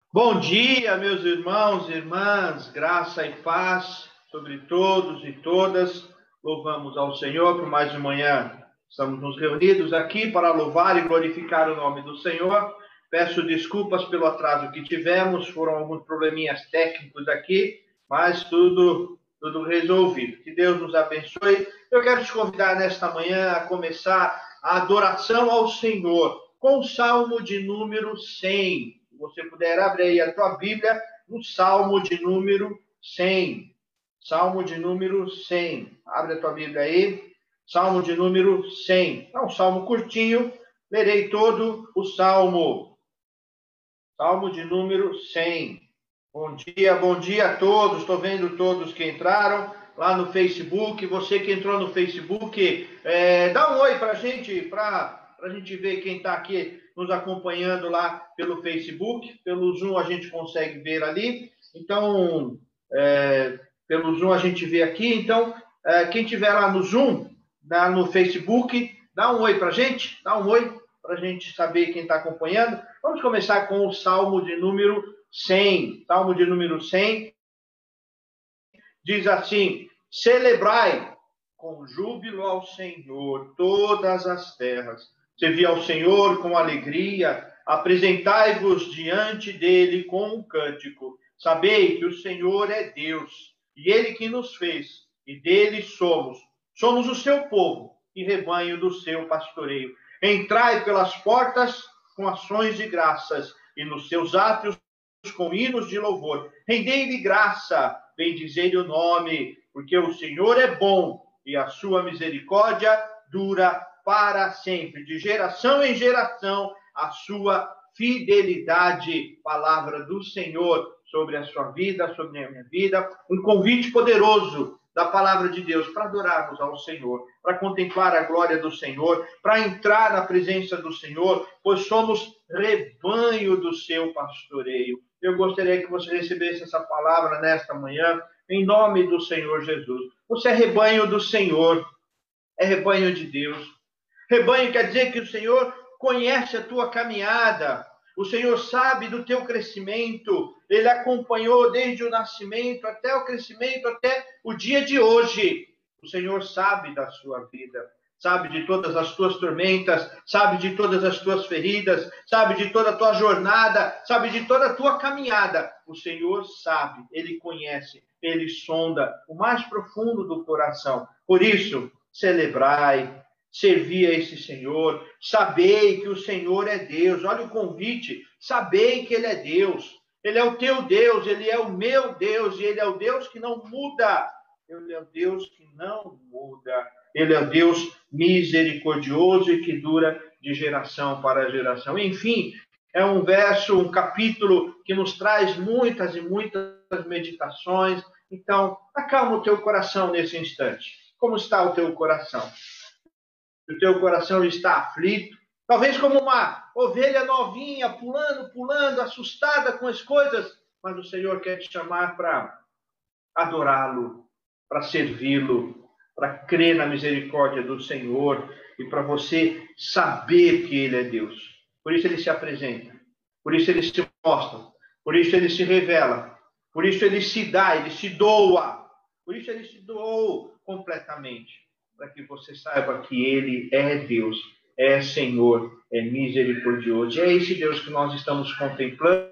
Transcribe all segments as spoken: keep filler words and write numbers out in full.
Bom dia, meus irmãos e irmãs, graça e paz sobre todos e todas. Louvamos ao Senhor por mais uma manhã. Estamos nos reunidos aqui para louvar e glorificar o nome do Senhor. Peço desculpas pelo atraso que tivemos, foram alguns probleminhas técnicos aqui, mas tudo, tudo resolvido. Que Deus nos abençoe. Eu quero te convidar nesta manhã a começar a adoração ao Senhor com o Salmo de número cem. Se você puder, abre aí a tua Bíblia no Salmo de número cem. Salmo de número cem. Abre a tua Bíblia aí. Salmo de número cem. É um salmo curtinho. Lerei todo o salmo. Salmo de número cem. Bom dia, bom dia a todos. Estou vendo todos que entraram lá no Facebook. Você que entrou no Facebook, é, dá um oi para a gente, para a gente ver quem está aqui nos acompanhando lá pelo Facebook. Pelo Zoom a gente consegue ver ali. Então, é, pelo Zoom a gente vê aqui. Então, é, quem estiver lá no Zoom, lá no Facebook, dá um oi para a gente. Dá um oi para a gente saber quem está acompanhando. Vamos começar com o Salmo de número cem. Salmo de número cem diz assim: celebrai com júbilo ao Senhor todas as terras. Servi ao Senhor com alegria, apresentai-vos diante dele com um cântico. Sabei que o Senhor é Deus, e ele que nos fez, e dele somos. Somos o seu povo e rebanho do seu pastoreio. Entrai pelas portas com ações de graças, e nos seus átrios com hinos de louvor. Rendei-lhe graça, bendizei-lhe o nome, porque o Senhor é bom e a sua misericórdia dura para sempre. De geração em geração, a sua fidelidade. Palavra do Senhor sobre a sua vida, sobre a minha vida. Um convite poderoso da palavra de Deus para adorarmos ao Senhor, para contemplar a glória do Senhor, para entrar na presença do Senhor, pois somos rebanho do seu pastoreio. Eu gostaria que você recebesse essa palavra nesta manhã, em nome do Senhor Jesus. Você é rebanho do Senhor, é rebanho de Deus. Rebanho quer dizer que o Senhor conhece a tua caminhada, o Senhor sabe do teu crescimento, Ele acompanhou desde o nascimento até o crescimento, até o dia de hoje. O Senhor sabe da sua vida, sabe de todas as tuas tormentas, sabe de todas as tuas feridas, sabe de toda a tua jornada, sabe de toda a tua caminhada. O Senhor sabe, Ele conhece, Ele sonda o mais profundo do coração. Por isso, celebrai, servi a esse Senhor, sabei que o Senhor é Deus. Olha o convite, sabei que Ele é Deus. Ele é o teu Deus, Ele é o meu Deus, e Ele é o Deus que não muda. Ele é o Deus que não muda. Ele é o Deus misericordioso e que dura de geração para geração. Enfim, é um verso, um capítulo que nos traz muitas e muitas meditações. Então, acalma o teu coração nesse instante. Como está o teu coração? O teu coração está aflito, talvez como uma ovelha novinha, pulando, pulando, assustada com as coisas, mas o Senhor quer te chamar para adorá-lo, para servi-lo, para crer na misericórdia do Senhor e para você saber que Ele é Deus. Por isso Ele se apresenta, por isso Ele se mostra, por isso Ele se revela, por isso Ele se dá, Ele se doa, por isso Ele se doou completamente, para que você saiba que Ele é Deus, é Senhor, é misericordioso. E é esse Deus que nós estamos contemplando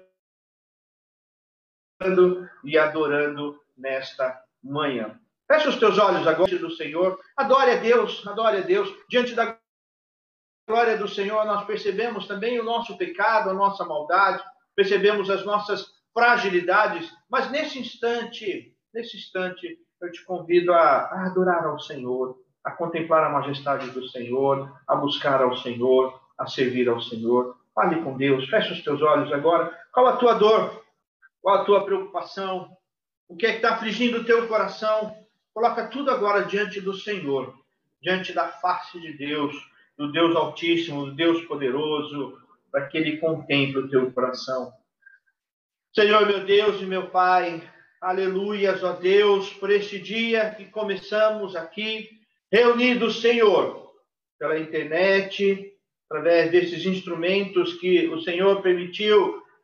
e adorando nesta manhã. Feche os teus olhos agora diante do Senhor. Adore a Deus, adore a Deus. Diante da glória do Senhor, nós percebemos também o nosso pecado, a nossa maldade, percebemos as nossas fragilidades, mas nesse instante, nesse instante, eu te convido a, a adorar ao Senhor, a contemplar a majestade do Senhor, a buscar ao Senhor, a servir ao Senhor. Fale com Deus, feche os teus olhos agora. Qual a tua dor? Qual a tua preocupação? O que é que está afligindo o teu coração? Coloca tudo agora diante do Senhor, diante da face de Deus, do Deus Altíssimo, do Deus Poderoso, para que Ele contemple o teu coração. Senhor, meu Deus e meu Pai, aleluias, ó Deus, por este dia que começamos aqui, reunidos, Senhor, pela internet, através desses instrumentos que o Senhor permitiu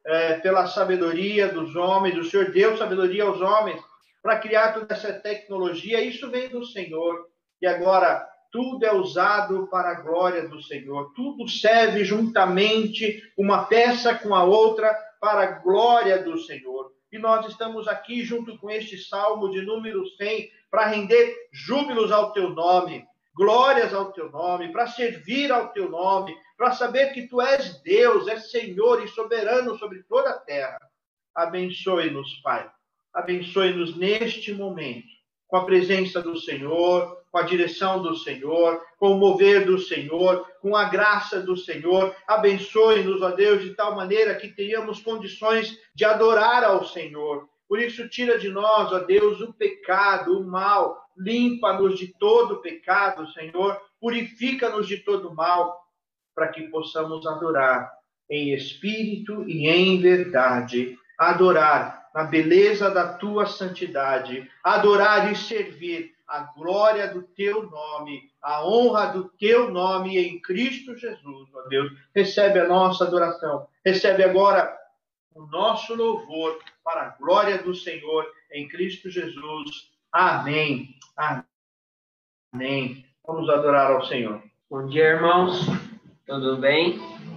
é, pela sabedoria dos homens, o Senhor deu sabedoria aos homens para criar toda essa tecnologia, isso vem do Senhor. E agora, tudo é usado para a glória do Senhor. Tudo serve juntamente, uma peça com a outra, para a glória do Senhor. E nós estamos aqui junto com este Salmo de número cem, para render júbilos ao teu nome, glórias ao teu nome, para servir ao teu nome, para saber que tu és Deus, és Senhor e soberano sobre toda a terra. Abençoe-nos, Pai. Abençoe-nos neste momento, com a presença do Senhor, com a direção do Senhor, com o mover do Senhor, com a graça do Senhor. Abençoe-nos, ó Deus, de tal maneira que tenhamos condições de adorar ao Senhor. Por isso, tira de nós, ó Deus, o pecado, o mal. Limpa-nos de todo pecado, Senhor. Purifica-nos de todo mal, para que possamos adorar em espírito e em verdade. Adorar na beleza da tua santidade. Adorar e servir a glória do teu nome, a honra do teu nome em Cristo Jesus, ó Deus. Recebe a nossa adoração. Recebe agora o nosso louvor para a glória do Senhor em Cristo Jesus. Amém. Amém. Vamos adorar ao Senhor. Bom dia, irmãos. Tudo bem?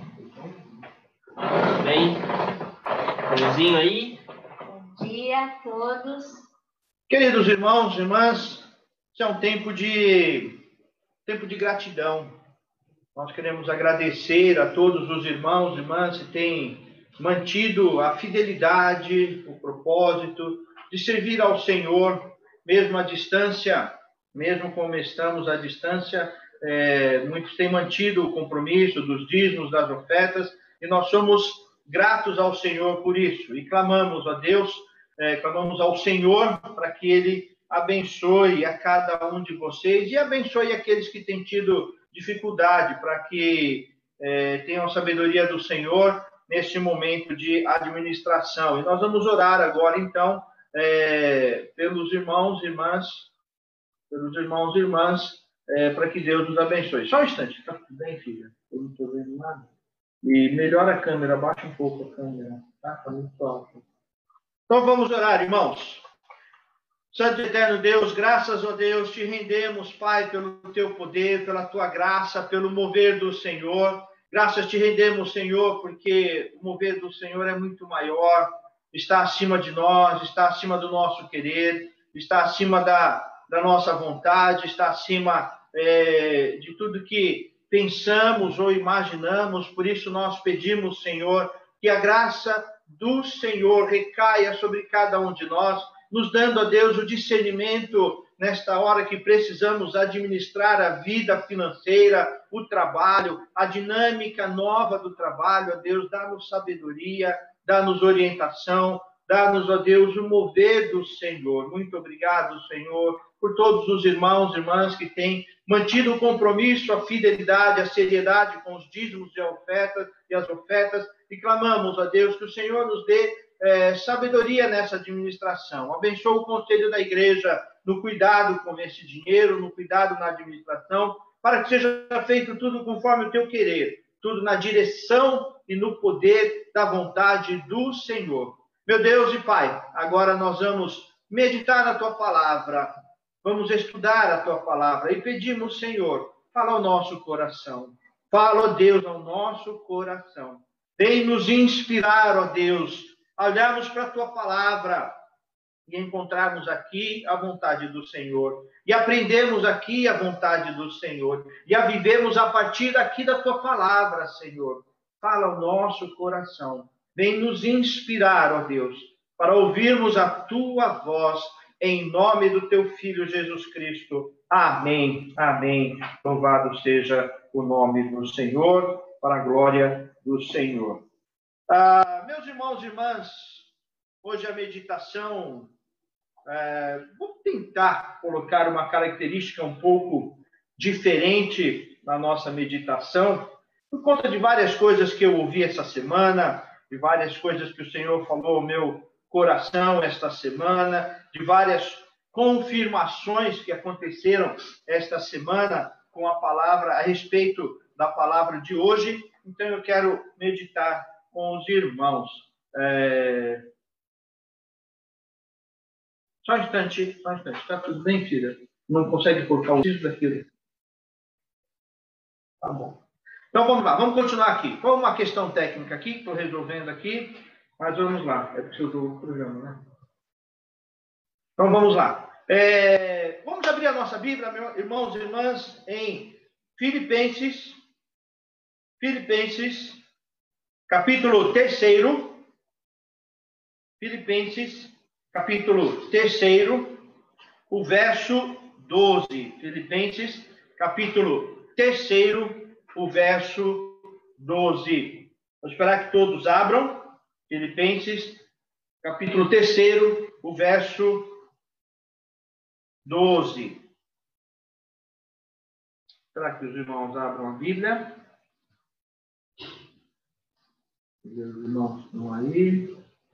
Tudo bem? Pãozinho aí? Bom dia a todos. Queridos irmãos e irmãs, esse é um tempo de, tempo de gratidão. Nós queremos agradecer a todos os irmãos e irmãs que têm mantido a fidelidade, o propósito de servir ao Senhor, mesmo à distância, mesmo como estamos à distância, é, muitos têm mantido o compromisso dos dízimos, das ofertas, e nós somos gratos ao Senhor por isso. E clamamos a Deus, é, clamamos ao Senhor para que Ele abençoe a cada um de vocês e abençoe aqueles que têm tido dificuldade, para que é, tenham a sabedoria do Senhor neste momento de administração. E nós vamos orar agora, então, é, pelos irmãos e irmãs, pelos irmãos e irmãs, é, para que Deus nos abençoe. Só um instante, tá tudo bem, filha? Eu não estou vendo nada. E melhora a câmera, abaixa um pouco a câmera, tá? Está muito alto. Então vamos orar, irmãos. Santo e eterno Deus, graças a Deus, te rendemos, Pai, pelo teu poder, pela tua graça, pelo mover do Senhor. Graças te rendemos, Senhor, porque o mover do Senhor é muito maior, está acima de nós, está acima do nosso querer, está acima da, da nossa vontade, está acima é, de tudo que pensamos ou imaginamos. Por isso nós pedimos, Senhor, que a graça do Senhor recaia sobre cada um de nós, nos dando a Deus o discernimento nesta hora que precisamos administrar a vida financeira, o trabalho, a dinâmica nova do trabalho. A Deus, dá-nos sabedoria, dá-nos orientação, dá-nos, ó Deus, o mover do Senhor. Muito obrigado, Senhor, por todos os irmãos e irmãs que têm mantido o compromisso, a fidelidade, a seriedade com os dízimos e, ofertas, e as ofertas, e clamamos, ó Deus, que o Senhor nos dê É, sabedoria nessa administração. Abençoa o conselho da igreja no cuidado com esse dinheiro, no cuidado na administração, para que seja feito tudo conforme o teu querer, tudo na direção e no poder da vontade do Senhor. Meu Deus e Pai, agora nós vamos meditar na tua palavra, vamos estudar a tua palavra e pedimos, Senhor, fala ao nosso coração, fala, ó Deus, ao nosso coração. Vem nos inspirar, ó Deus, a olharmos para a tua palavra e encontrarmos aqui a vontade do Senhor, e aprendermos aqui a vontade do Senhor, e a vivermos a partir daqui da tua palavra, Senhor. Fala ao nosso coração. Vem nos inspirar, ó Deus, para ouvirmos a tua voz, em nome do teu Filho Jesus Cristo. Amém, amém. Louvado seja o nome do Senhor, para a glória do Senhor. Ah, meus irmãos e irmãs, hoje a meditação, é, vou tentar colocar uma característica um pouco diferente na nossa meditação, por conta de várias coisas que eu ouvi essa semana, de várias coisas que o Senhor falou ao meu coração esta semana, de várias confirmações que aconteceram esta semana com a palavra, a respeito da palavra de hoje. Então eu quero meditar com os irmãos. É... Só um instante, só um instante. Está tudo bem, filha? Não consegue colocar o título daquilo? Tá bom. Então vamos lá, vamos continuar aqui. Foi uma questão técnica aqui, estou resolvendo aqui, mas vamos lá. É preciso do programa, né? Então vamos lá. É... Vamos abrir a nossa Bíblia, meus irmãos e irmãs, em Filipenses, Filipenses, capítulo terceiro. Filipenses, capítulo terceiro, o verso doze. Filipenses, capítulo terceiro, o verso doze. Vou esperar que todos abram. Filipenses, capítulo terceiro, o verso doze. Será que os irmãos abram a Bíblia? Os irmãos estão aí.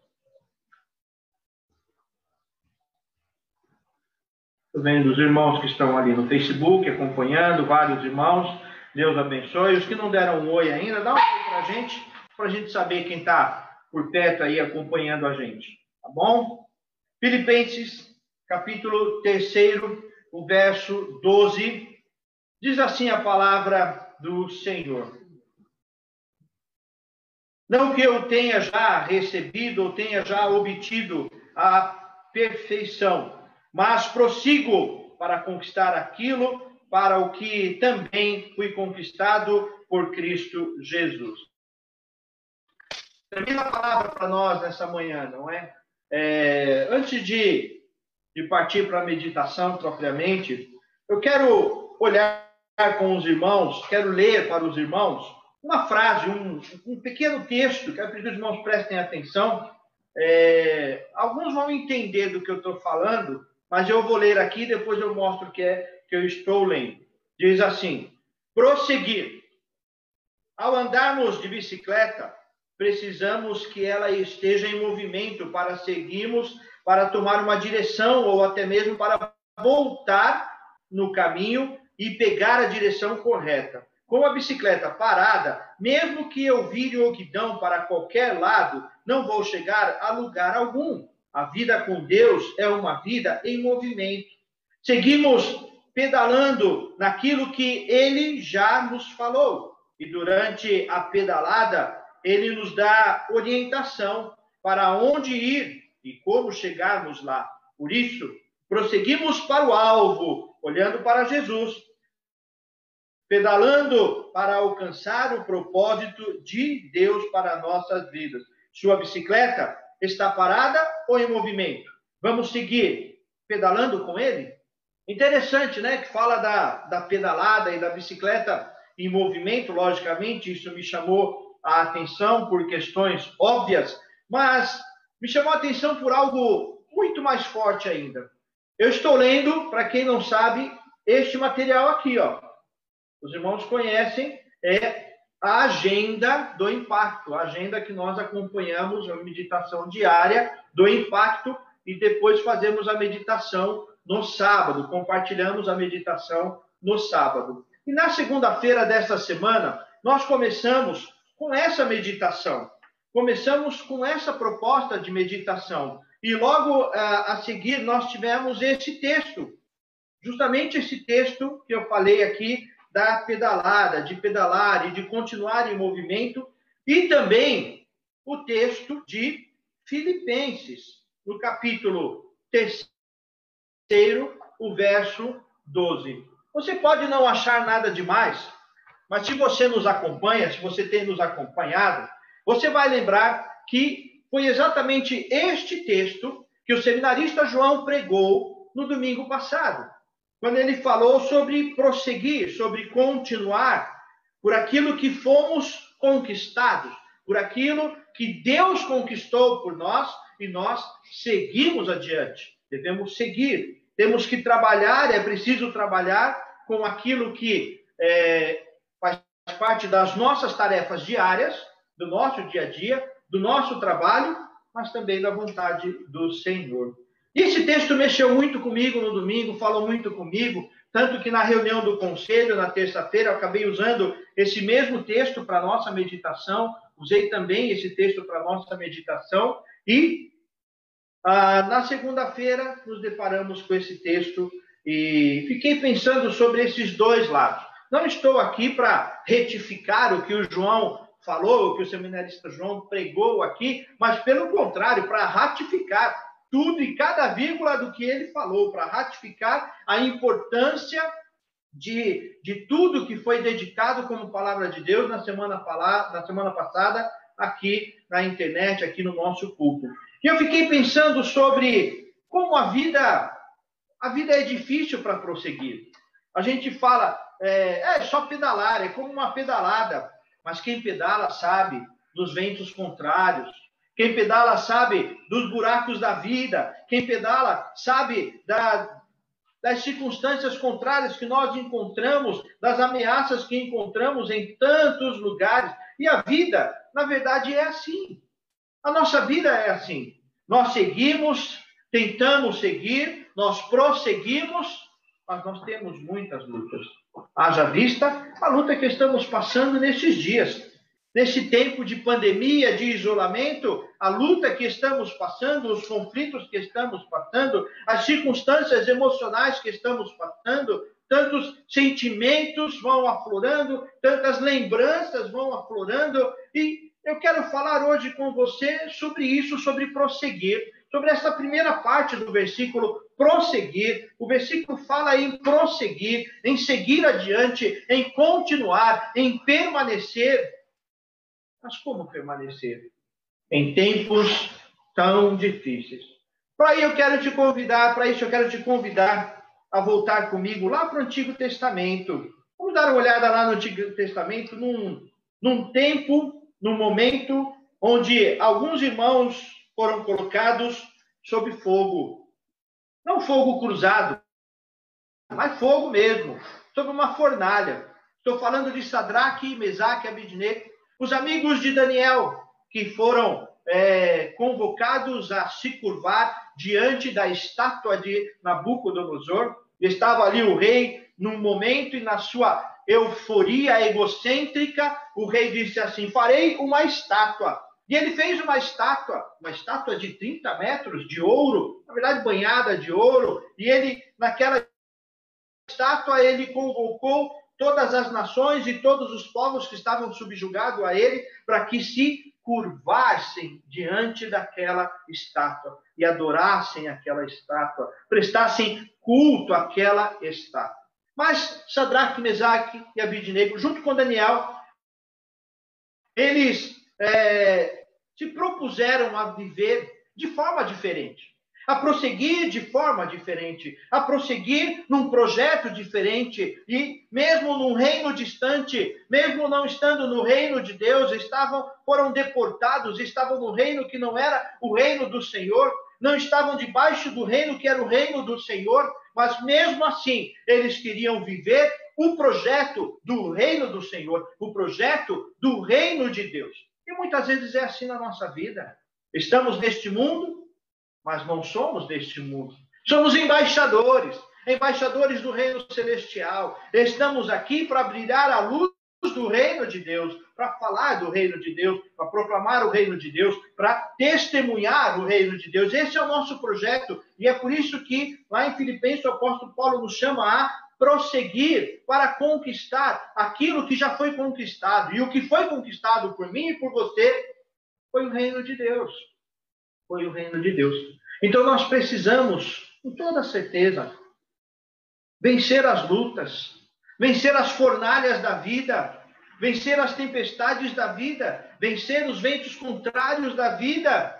Estou vendo os irmãos que estão ali no Facebook acompanhando, vários irmãos. Deus abençoe. Os que não deram um oi ainda, dá um oi para a gente, para a gente saber quem está por perto aí acompanhando a gente. Tá bom? Filipenses, capítulo terceiro, o verso doze. Diz assim a palavra do Senhor. Não que eu tenha já recebido ou tenha já obtido a perfeição, mas prossigo para conquistar aquilo para o que também fui conquistado por Cristo Jesus. Termina a palavra para nós nessa manhã, não é? é antes de, de partir para a meditação propriamente, eu quero olhar com os irmãos, quero ler para os irmãos uma frase, um, um pequeno texto, quero que os irmãos prestem atenção. É, alguns vão entender do que eu estou falando, mas eu vou ler aqui e depois eu mostro o que é que eu estou lendo. Diz assim: prosseguir. Ao andarmos de bicicleta, precisamos que ela esteja em movimento para seguirmos, para tomar uma direção ou até mesmo para voltar no caminho e pegar a direção correta. Com a bicicleta parada, mesmo que eu vire o guidão para qualquer lado, não vou chegar a lugar algum. A vida com Deus é uma vida em movimento. Seguimos pedalando naquilo que Ele já nos falou. E durante a pedalada, Ele nos dá orientação para onde ir e como chegarmos lá. Por isso, prosseguimos para o alvo, olhando para Jesus, pedalando para alcançar o propósito de Deus para nossas vidas. Sua bicicleta está parada ou em movimento? Vamos seguir pedalando com ele? Interessante, né? Que fala da, da pedalada e da bicicleta em movimento, logicamente, isso me chamou a atenção por questões óbvias, mas me chamou a atenção por algo muito mais forte ainda. Eu estou lendo, para quem não sabe, este material aqui, ó. Os irmãos conhecem, é a agenda do impacto, a agenda que nós acompanhamos, a meditação diária do impacto, e depois fazemos a meditação no sábado, compartilhamos a meditação no sábado. E na segunda-feira desta semana, nós começamos com essa meditação, começamos com essa proposta de meditação, e logo a, a seguir nós tivemos esse texto, justamente esse texto que eu falei aqui, da pedalada, de pedalar e de continuar em movimento, e também o texto de Filipenses, no capítulo terceiro, o verso doze. Você pode não achar nada demais, mas se você nos acompanha, se você tem nos acompanhado, você vai lembrar que foi exatamente este texto que o seminarista João pregou no domingo passado, quando ele falou sobre prosseguir, sobre continuar por aquilo que fomos conquistados, por aquilo que Deus conquistou por nós, e nós seguimos adiante. Devemos seguir, temos que trabalhar, é preciso trabalhar com aquilo que é, faz parte das nossas tarefas diárias, do nosso dia a dia, do nosso trabalho, mas também da vontade do Senhor. E esse texto mexeu muito comigo no domingo, falou muito comigo, tanto que na reunião do conselho, na terça-feira, eu acabei usando esse mesmo texto para a nossa meditação, usei também esse texto para a nossa meditação, e ah, na segunda-feira nos deparamos com esse texto e fiquei pensando sobre esses dois lados. Não estou aqui para retificar o que o João falou, o que o seminarista João pregou aqui, mas pelo contrário, para ratificar tudo e cada vírgula do que ele falou, para ratificar a importância de, de tudo que foi dedicado como palavra de Deus na semana, na semana passada, aqui na internet, aqui no nosso púlpito. E eu fiquei pensando sobre como a vida, a vida é difícil para prosseguir. A gente fala, é, é só pedalar, é como uma pedalada, mas quem pedala sabe dos ventos contrários. Quem pedala sabe dos buracos da vida. Quem pedala sabe da, das circunstâncias contrárias que nós encontramos, das ameaças que encontramos em tantos lugares. E a vida, na verdade, é assim. A nossa vida é assim. Nós seguimos, tentamos seguir, nós prosseguimos, mas nós temos muitas lutas. Haja vista a luta que estamos passando nesses dias. Nesse tempo de pandemia, de isolamento, a luta que estamos passando, os conflitos que estamos passando, as circunstâncias emocionais que estamos passando, tantos sentimentos vão aflorando, tantas lembranças vão aflorando. E eu quero falar hoje com você sobre isso, sobre prosseguir, sobre essa primeira parte do versículo, prosseguir. O versículo fala em prosseguir, em seguir adiante, em continuar, em permanecer. Mas como permanecer em tempos tão difíceis? Para aí eu quero te convidar, para isso eu quero te convidar a voltar comigo lá para o Antigo Testamento. Vamos dar uma olhada lá no Antigo Testamento, num, num tempo, num momento onde alguns irmãos foram colocados sob fogo. Não fogo cruzado, mas fogo mesmo, sob uma fornalha. Estou falando de Sadraque, Mesaque e Abidnego, os amigos de Daniel, que foram é, convocados a se curvar diante da estátua de Nabucodonosor. Estava ali o rei, num momento e na sua euforia egocêntrica, o rei disse assim: farei uma estátua. E ele fez uma estátua, uma estátua de trinta metros de ouro, na verdade banhada de ouro, e ele, naquela estátua, ele convocou todas as nações e todos os povos que estavam subjugados a ele, para que se curvassem diante daquela estátua e adorassem aquela estátua, prestassem culto àquela estátua. Mas Sadraque, Mesaque e Abidnego, junto com Daniel, eles é, se propuseram a viver de forma diferente, a prosseguir de forma diferente, a prosseguir num projeto diferente, e mesmo num reino distante, mesmo não estando no reino de Deus, estavam, foram deportados, estavam no reino que não era o reino do Senhor, não estavam debaixo do reino que era o reino do Senhor, mas mesmo assim, eles queriam viver o projeto do reino do Senhor, o projeto do reino de Deus. E muitas vezes é assim na nossa vida. Estamos neste mundo, mas não somos deste mundo. Somos embaixadores, embaixadores do reino celestial. Estamos aqui para brilhar a luz do reino de Deus, para falar do reino de Deus, para proclamar o reino de Deus, para testemunhar o reino de Deus. Esse é o nosso projeto, e é por isso que lá em Filipenses o apóstolo Paulo nos chama a prosseguir para conquistar aquilo que já foi conquistado. E o que foi conquistado por mim e por você foi o reino de Deus. Foi o reino de Deus. Então nós precisamos, com toda certeza, vencer as lutas, vencer as fornalhas da vida, vencer as tempestades da vida, vencer os ventos contrários da vida,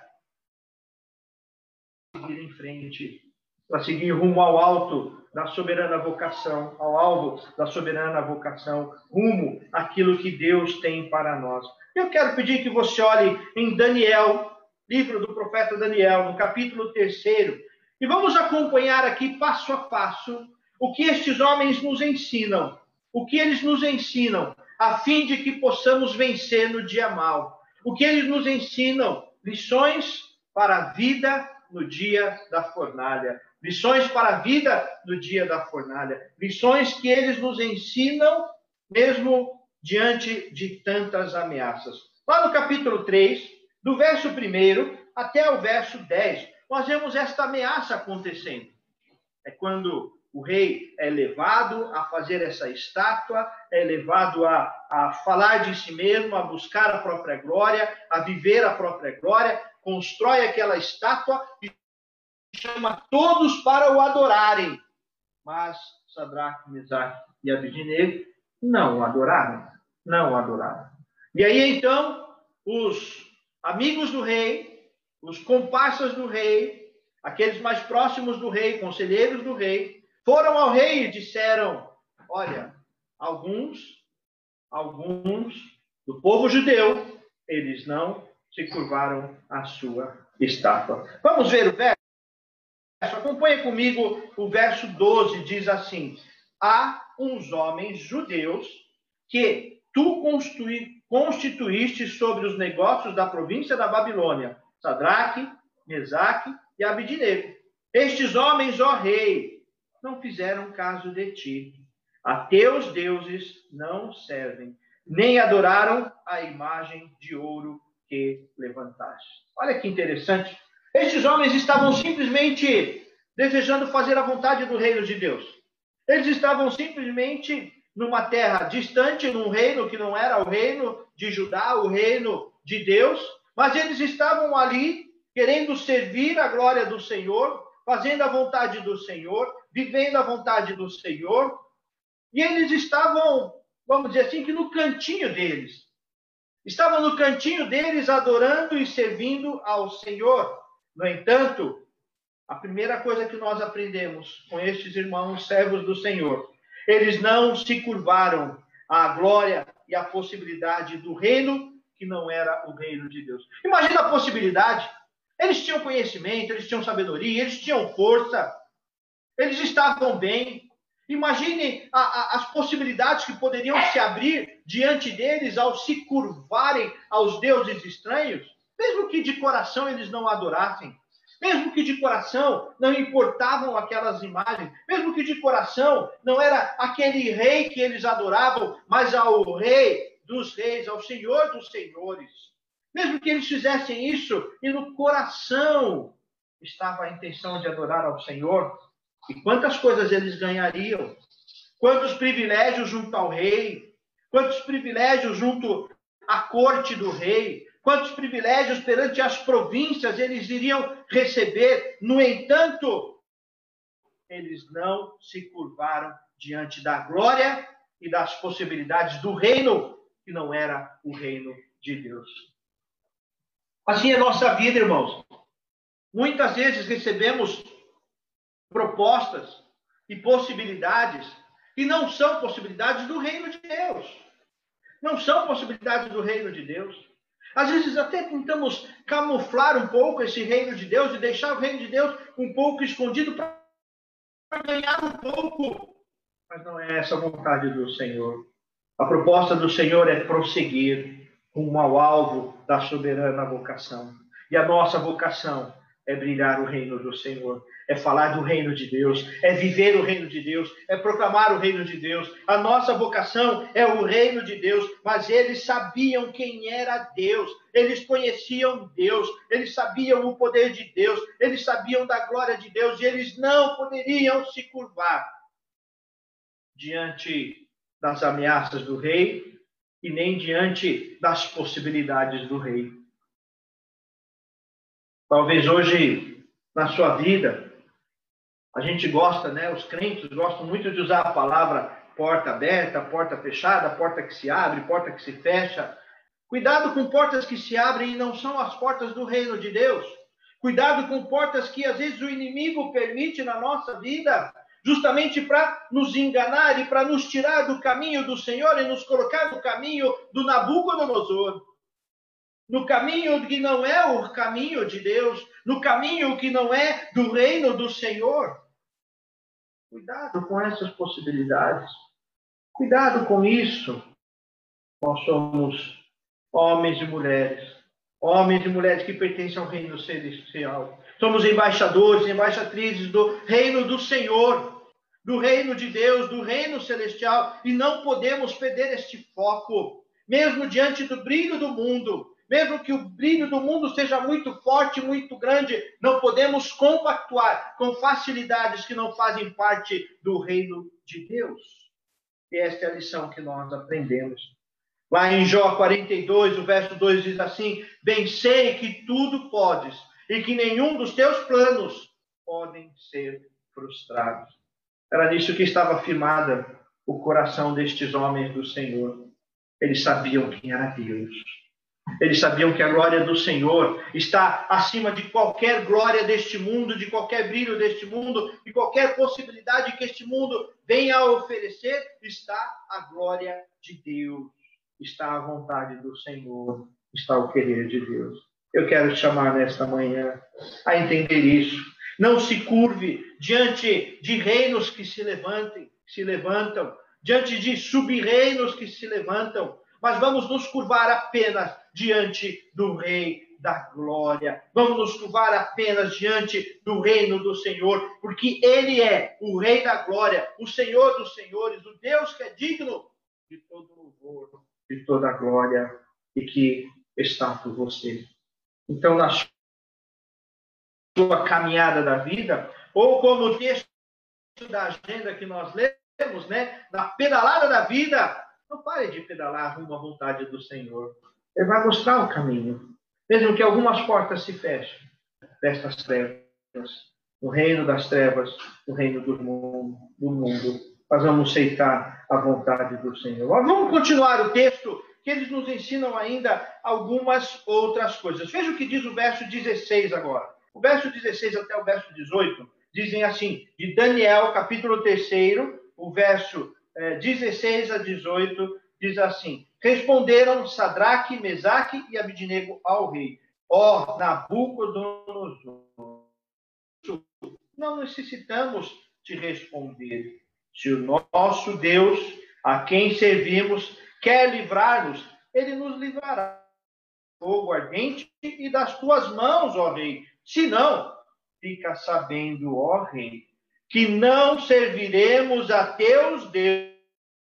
seguir em frente, para seguir rumo ao alto da soberana vocação, ao alvo da soberana vocação, rumo àquilo que Deus tem para nós. Eu quero pedir que você olhe em Daniel, livro do profeta Daniel, no capítulo terceiro, e vamos acompanhar aqui passo a passo o que estes homens nos ensinam, o que eles nos ensinam, a fim de que possamos vencer no dia mau, o que eles nos ensinam, lições para a vida no dia da fornalha. Lições para a vida no dia da fornalha. Lições que eles nos ensinam mesmo diante de tantas ameaças. Lá no capítulo três, do verso primeiro até o verso dez, nós vemos esta ameaça acontecendo. É quando o rei é levado a fazer essa estátua, é levado a, a falar de si mesmo, a buscar a própria glória, a viver a própria glória, constrói aquela estátua e chama todos para o adorarem. Mas Sadraque, Mesaque e Abednego não o adoraram. Não o adoraram. E aí, então, os amigos do rei, os comparsas do rei, aqueles mais próximos do rei, conselheiros do rei, foram ao rei e disseram, olha, alguns, alguns do povo judeu, eles não se curvaram à sua estátua. Vamos ver o verso? Acompanhe comigo o verso doze, diz assim, há uns homens judeus que tu constituíste sobre os negócios da província da Babilônia, Sadraque, Mesaque e Abednego. Estes homens, ó rei, não fizeram caso de ti. A teus deuses não servem, nem adoraram a imagem de ouro que levantaste. Olha que interessante. Estes homens estavam simplesmente desejando fazer a vontade do reino de Deus. Eles estavam simplesmente numa terra distante, num reino que não era o reino de Judá, o reino de Deus, mas eles estavam ali querendo servir a glória do Senhor, fazendo a vontade do Senhor, vivendo a vontade do Senhor, e eles estavam, vamos dizer assim, que no cantinho deles. Estavam no cantinho deles adorando e servindo ao Senhor. No entanto, a primeira coisa que nós aprendemos com estes irmãos servos do Senhor, eles não se curvaram à glória e à possibilidade do reino que não era o reino de Deus. Imagina a possibilidade. Eles tinham conhecimento, eles tinham sabedoria, eles tinham força, eles estavam bem. Imagine a, a, as possibilidades que poderiam se abrir diante deles ao se curvarem aos deuses estranhos, mesmo que de coração eles não adorassem, mesmo que de coração não importavam aquelas imagens, mesmo que de coração não era aquele rei que eles adoravam, mas ao rei dos reis, ao Senhor dos senhores. Mesmo que eles fizessem isso e no coração estava a intenção de adorar ao Senhor, e quantas coisas eles ganhariam, quantos privilégios junto ao rei, quantos privilégios junto à corte do rei, quantos privilégios perante as províncias eles iriam receber. No entanto, eles não se curvaram diante da glória e das possibilidades do reino, que não era o reino de Deus. Assim é a nossa vida, irmãos. Muitas vezes recebemos propostas e possibilidades que não são possibilidades do reino de Deus. Não são possibilidades do reino de Deus. Às vezes até tentamos camuflar um pouco esse reino de Deus e deixar o reino de Deus um pouco escondido para ganhar um pouco. Mas não é essa a vontade do Senhor. A proposta do Senhor é prosseguir rumo ao alvo da soberana vocação. E a nossa vocação é brilhar o reino do Senhor, é falar do reino de Deus, é viver o reino de Deus, é proclamar o reino de Deus. A nossa vocação é o reino de Deus, mas eles sabiam quem era Deus, eles conheciam Deus, eles sabiam o poder de Deus, eles sabiam da glória de Deus, e eles não poderiam se curvar diante das ameaças do rei e nem diante das possibilidades do rei. Talvez hoje, na sua vida, a gente gosta, né? Os crentes gostam muito de usar a palavra porta aberta, porta fechada, porta que se abre, porta que se fecha. Cuidado com portas que se abrem e não são as portas do reino de Deus. Cuidado com portas que às vezes o inimigo permite na nossa vida, justamente para nos enganar e para nos tirar do caminho do Senhor e nos colocar no caminho do Nabucodonosor. No caminho que não é o caminho de Deus, no caminho que não é do reino do Senhor. Cuidado com essas possibilidades. Cuidado com isso. Nós somos homens e mulheres Homens e mulheres que pertencem ao reino celestial. Somos embaixadores, embaixatrizes do reino do Senhor, do reino de Deus, do reino celestial. E não podemos perder este foco, mesmo diante do brilho do mundo. Mesmo que o brilho do mundo seja muito forte, muito grande, não podemos compactuar com facilidades que não fazem parte do reino de Deus. E esta é a lição que nós aprendemos. Lá em Jó quarenta e dois, o verso dois diz assim: bem sei que tudo podes e que nenhum dos teus planos podem ser frustrados. Era nisso que estava firmada o coração destes homens do Senhor. Eles sabiam quem era Deus. Eles sabiam que a glória do Senhor está acima de qualquer glória deste mundo, de qualquer brilho deste mundo, de qualquer possibilidade que este mundo venha a oferecer. Está a glória de Deus, está a vontade do Senhor, está o querer de Deus. Eu quero te chamar nesta manhã a entender isso. Não se curve diante de reinos que se levantem, se levantam, diante de sub-reinos que se levantam, mas vamos nos curvar apenas diante do Rei da Glória. Vamos nos curvar apenas diante do reino do Senhor, porque Ele é o Rei da Glória, o Senhor dos Senhores, o Deus que é digno de todo louvor, de toda a glória e que está por você. Então, na sua caminhada da vida, ou como o texto da agenda que nós lemos, né, na pedalada da vida, não pare de pedalar rumo à vontade do Senhor. Ele vai mostrar o caminho. Mesmo que algumas portas se fechem destas trevas, no reino das trevas, no reino do mundo, do mundo, nós vamos aceitar a vontade do Senhor. Mas vamos continuar o texto, que eles nos ensinam ainda algumas outras coisas. Veja o que diz o verso dezesseis agora. O verso dezesseis até o verso dezoito dizem assim, de Daniel, capítulo três, o verso eh, dezesseis a dezoito, diz assim: responderam Sadraque, Mesaque e Abidnego ao rei: ó Nabucodonosor, não necessitamos te responder. Se o nosso Deus, a quem servimos, quer livrar-nos, ele nos livrará do fogo ardente e das tuas mãos, ó rei. Se não, fica sabendo, ó rei, que não serviremos a teus deuses,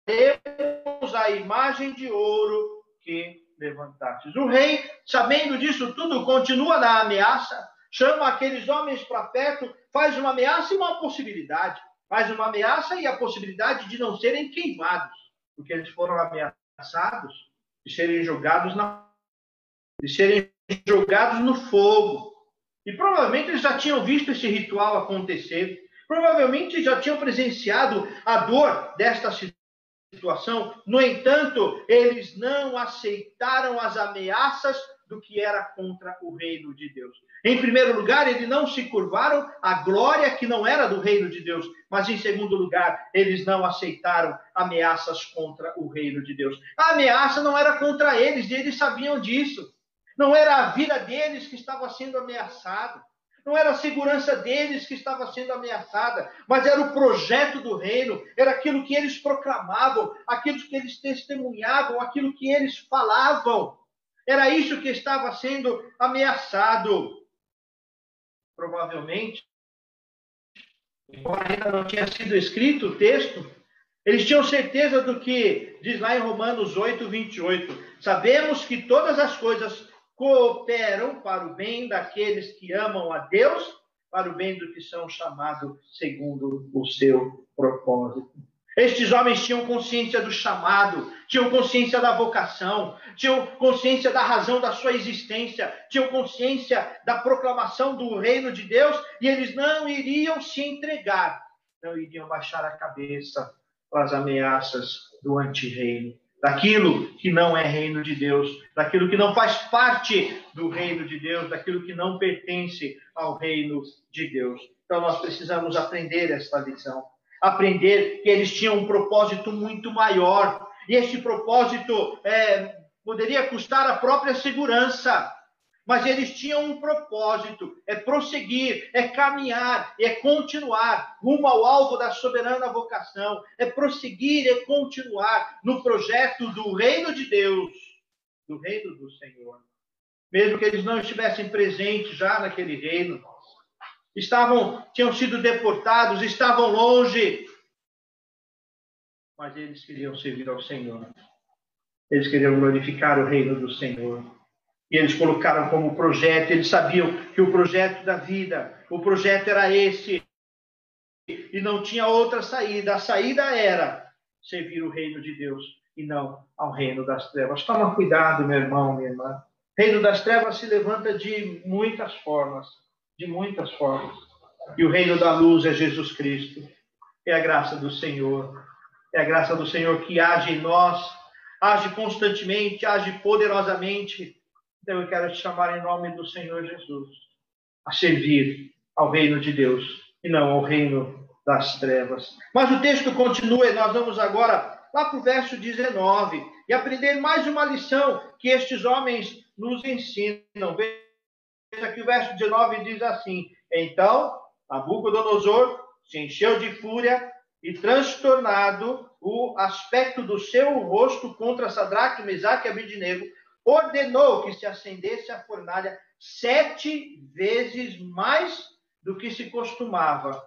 a imagem de ouro que levantastes. O rei, sabendo disso tudo, continua na ameaça, chama aqueles homens para perto, faz uma ameaça e uma possibilidade. Faz uma ameaça e a possibilidade de não serem queimados, porque eles foram ameaçados de serem jogados na de serem jogados no fogo. E provavelmente eles já tinham visto esse ritual acontecer. Provavelmente já tinham presenciado a dor desta situação. No entanto, eles não aceitaram as ameaças do que era contra o reino de Deus. Em primeiro lugar, eles não se curvaram à glória que não era do reino de Deus. Mas, em segundo lugar, eles não aceitaram ameaças contra o reino de Deus. A ameaça não era contra eles, e eles sabiam disso. Não era a vida deles que estava sendo ameaçada. Não era a segurança deles que estava sendo ameaçada, mas era o projeto do reino, era aquilo que eles proclamavam, aquilo que eles testemunhavam, aquilo que eles falavam. Era isso que estava sendo ameaçado. Provavelmente, embora ainda não tinha sido escrito o texto, eles tinham certeza do que diz lá em Romanos oito, vinte e oito. Sabemos que todas as coisas cooperam para o bem daqueles que amam a Deus, para o bem do que são chamados segundo o seu propósito. Estes homens tinham consciência do chamado, tinham consciência da vocação, tinham consciência da razão da sua existência, tinham consciência da proclamação do reino de Deus, e eles não iriam se entregar, não iriam baixar a cabeça para as ameaças do antirreino, daquilo que não é reino de Deus, daquilo que não faz parte do reino de Deus, daquilo que não pertence ao reino de Deus. Então nós precisamos aprender esta lição, aprender que eles tinham um propósito muito maior, e este propósito é, poderia custar a própria segurança, mas eles tinham um propósito, é prosseguir, é caminhar, é continuar rumo ao alvo da soberana vocação, é prosseguir, é continuar no projeto do reino de Deus, do reino do Senhor. mesmo que eles não estivessem presentes já naquele reino. Estavam, tinham sido deportados, estavam longe, mas eles queriam servir ao Senhor. Eles queriam glorificar o reino do Senhor. E eles colocaram como projeto, eles sabiam que o projeto da vida, o projeto era esse, e não tinha outra saída. A saída era servir o reino de Deus e não ao reino das trevas. Toma cuidado, meu irmão, minha irmã. O reino das trevas se levanta de muitas formas, de muitas formas. E o reino da luz é Jesus Cristo. É a graça do Senhor. É a graça do Senhor que age em nós, age constantemente, age poderosamente. Então eu quero te chamar em nome do Senhor Jesus a servir ao reino de Deus e não ao reino das trevas. Mas o texto continua e nós vamos agora lá para o verso dezenove e aprender mais uma lição que estes homens nos ensinam. Veja que o verso dezenove diz assim: então Nabucodonosor se encheu de fúria e, transtornado o aspecto do seu rosto contra Sadraque, Mesaque e Abednego, ordenou que se acendesse a fornalha sete vezes mais do que se costumava.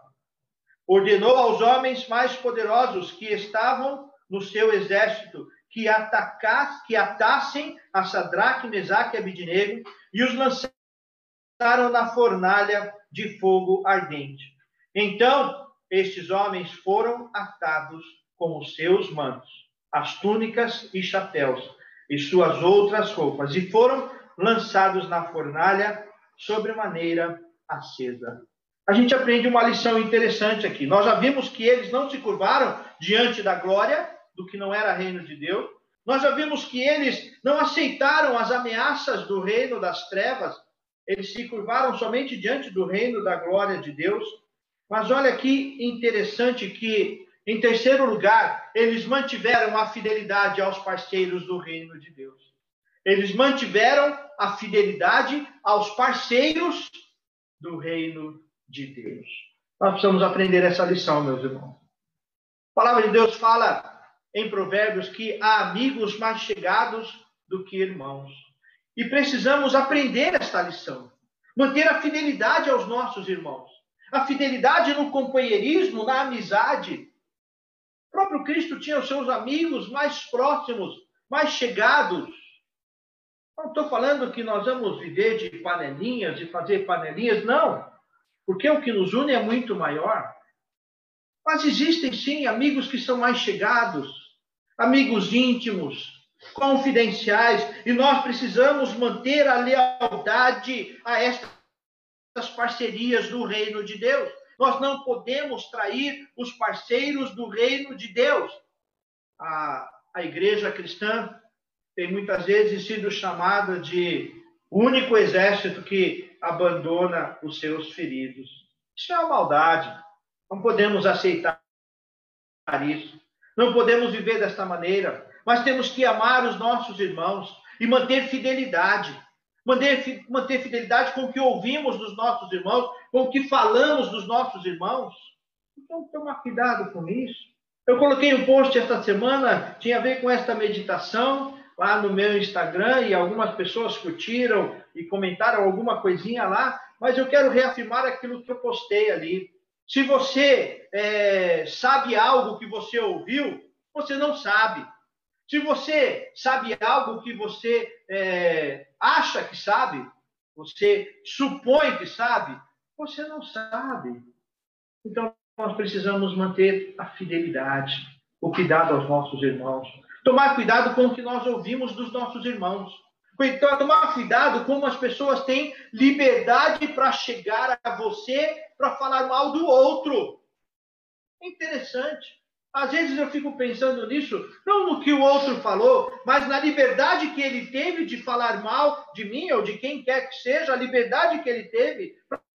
Ordenou aos homens mais poderosos que estavam no seu exército que atacassem, que atassem a Sadraque, Mesaque e Abednego e os lançaram na fornalha de fogo ardente. Então, estes homens foram atados com os seus mantos, as túnicas e chapéus, e suas outras roupas, e foram lançados na fornalha sobremaneira acesa. A gente aprende uma lição interessante aqui. Nós já vimos que eles não se curvaram diante da glória do que não era reino de Deus. Nós já vimos que eles não aceitaram as ameaças do reino das trevas. Eles se curvaram somente diante do reino da glória de Deus. Mas olha que interessante que, em terceiro lugar, eles mantiveram a fidelidade aos parceiros do reino de Deus. Eles mantiveram a fidelidade aos parceiros do reino de Deus. Nós precisamos aprender essa lição, meus irmãos. A palavra de Deus fala em Provérbios que há amigos mais chegados do que irmãos. E precisamos aprender esta lição. Manter a fidelidade aos nossos irmãos. A fidelidade no companheirismo, na amizade. O próprio Cristo tinha os seus amigos mais próximos, mais chegados. Não estou falando que nós vamos viver de panelinhas, de fazer panelinhas, não. Porque o que nos une é muito maior. Mas existem sim amigos que são mais chegados, amigos íntimos, confidenciais, e nós precisamos manter a lealdade a estas parcerias do reino de Deus. Nós não podemos trair os parceiros do reino de Deus. A, a igreja cristã tem muitas vezes sido chamada de único exército que abandona os seus feridos. Isso é uma maldade. Não podemos aceitar isso. Não podemos viver desta maneira. Mas temos que amar os nossos irmãos e manter fidelidade. Manter, manter fidelidade com o que ouvimos dos nossos irmãos, com o que falamos dos nossos irmãos. Então, tomar cuidado com isso. Eu coloquei um post esta semana, tinha a ver com esta meditação, lá no meu Instagram, e algumas pessoas curtiram e comentaram alguma coisinha lá, mas eu quero reafirmar aquilo que eu postei ali. Se você é, sabe algo que você ouviu, você não sabe. Se você sabe algo que você é, acha que sabe, você supõe que sabe, você não sabe. Então, nós precisamos manter a fidelidade, o cuidado aos nossos irmãos. Tomar cuidado com o que nós ouvimos dos nossos irmãos. Então, tomar cuidado como as pessoas têm liberdade para chegar a você, para falar mal do outro. É interessante. Às vezes eu fico pensando nisso, não no que o outro falou, mas na liberdade que ele teve de falar mal de mim ou de quem quer que seja, a liberdade que ele teve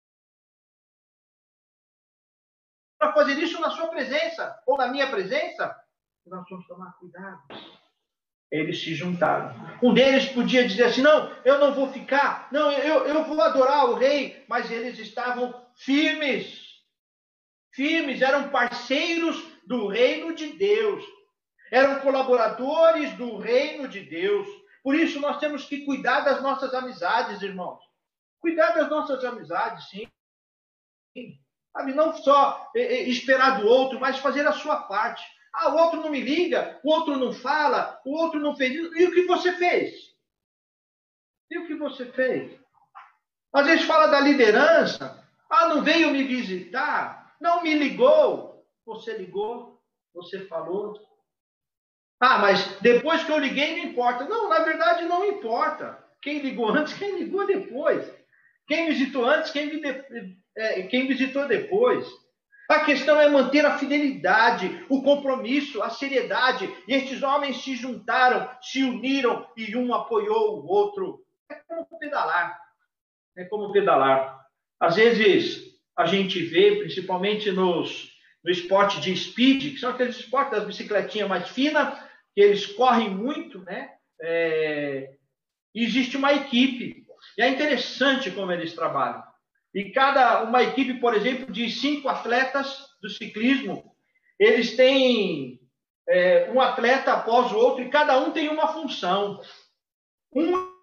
para fazer isso na sua presença ou na minha presença. Nós vamos tomar cuidado. Eles se juntaram. Um deles podia dizer assim, não, eu não vou ficar, não, eu, eu vou adorar o rei, mas eles estavam firmes. Firmes, eram parceiros do reino de Deus. Eram colaboradores do reino de Deus. Por isso, nós temos que cuidar das nossas amizades, irmãos. Cuidar das nossas amizades, sim. Sabe, não só esperar do outro, mas fazer a sua parte. Ah, o outro não me liga, o outro não fala, o outro não fez isso. E o que você fez? E o que você fez? Às vezes fala da liderança. Ah, não veio me visitar, não me ligou. Você ligou, você falou. Ah, mas depois que eu liguei não importa. Não, na verdade não importa. Quem ligou antes, quem ligou depois. Quem visitou antes, quem, de... é, quem visitou depois. A questão é manter a fidelidade, o compromisso, a seriedade. E estes homens se juntaram, se uniram e um apoiou o outro. É como pedalar. É como pedalar. Às vezes a gente vê, principalmente nos, no esporte de speed, que são aqueles esportes das bicicletinhas mais finas, que eles correm muito, né? É... Existe uma equipe. E é interessante como eles trabalham. E cada uma equipe, por exemplo, de cinco atletas do ciclismo, eles têm é, um atleta após o outro e cada um tem uma função. Um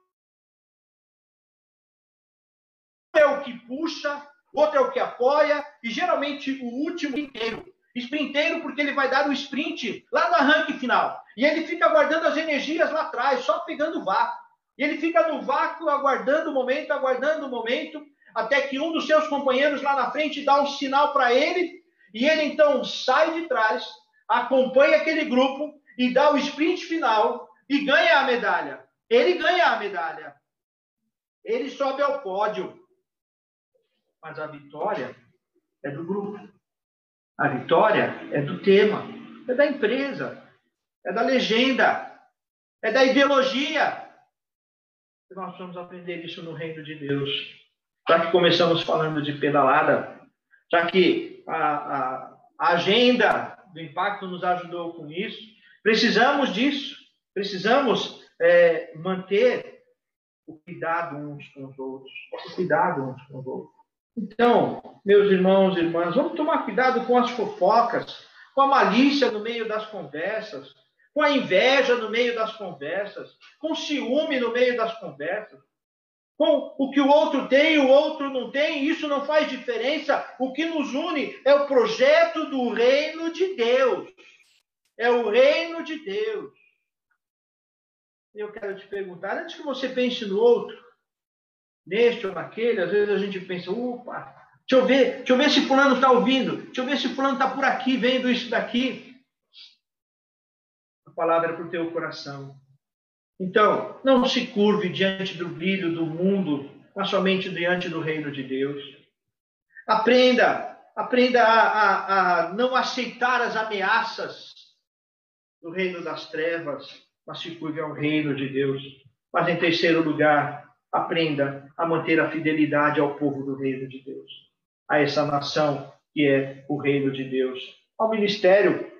é o que puxa, o outro é o que apoia e geralmente o último inteiro. Sprinteiro porque ele vai dar o sprint lá no arranque final. E ele fica guardando as energias lá atrás, só pegando o vácuo. E ele fica no vácuo aguardando o momento, aguardando o momento, até que um dos seus companheiros lá na frente dá um sinal para ele, e ele então sai de trás, acompanha aquele grupo e dá o sprint final e ganha a medalha. Ele ganha a medalha. Ele sobe ao pódio. Mas a vitória é do grupo. A vitória é do tema, é da empresa, é da legenda, é da ideologia. E nós vamos aprender isso no reino de Deus. Já que começamos falando de pedalada, já que a, a, a agenda do impacto nos ajudou com isso, precisamos disso. Precisamos é, manter o cuidado uns com os outros. O cuidado uns com os outros. Então, meus irmãos e irmãs, vamos tomar cuidado com as fofocas, com a malícia no meio das conversas, com a inveja no meio das conversas, com o ciúme no meio das conversas, com o que o outro tem e o outro não tem, isso não faz diferença. O que nos une é o projeto do reino de Deus. É o reino de Deus. Eu quero te perguntar, antes que você pense no outro, neste ou naquele, às vezes a gente pensa, opa, deixa eu ver, deixa eu ver se fulano está ouvindo, deixa eu ver se fulano está por aqui, vendo isso daqui. A palavra é para o teu coração. Então, não se curve diante do brilho do mundo, mas somente diante do reino de Deus. Aprenda, aprenda a, a, a não aceitar as ameaças do reino das trevas, mas se curve ao reino de Deus. Mas em terceiro lugar, aprenda a manter a fidelidade ao povo do reino de Deus, a essa nação que é o reino de Deus, ao ministério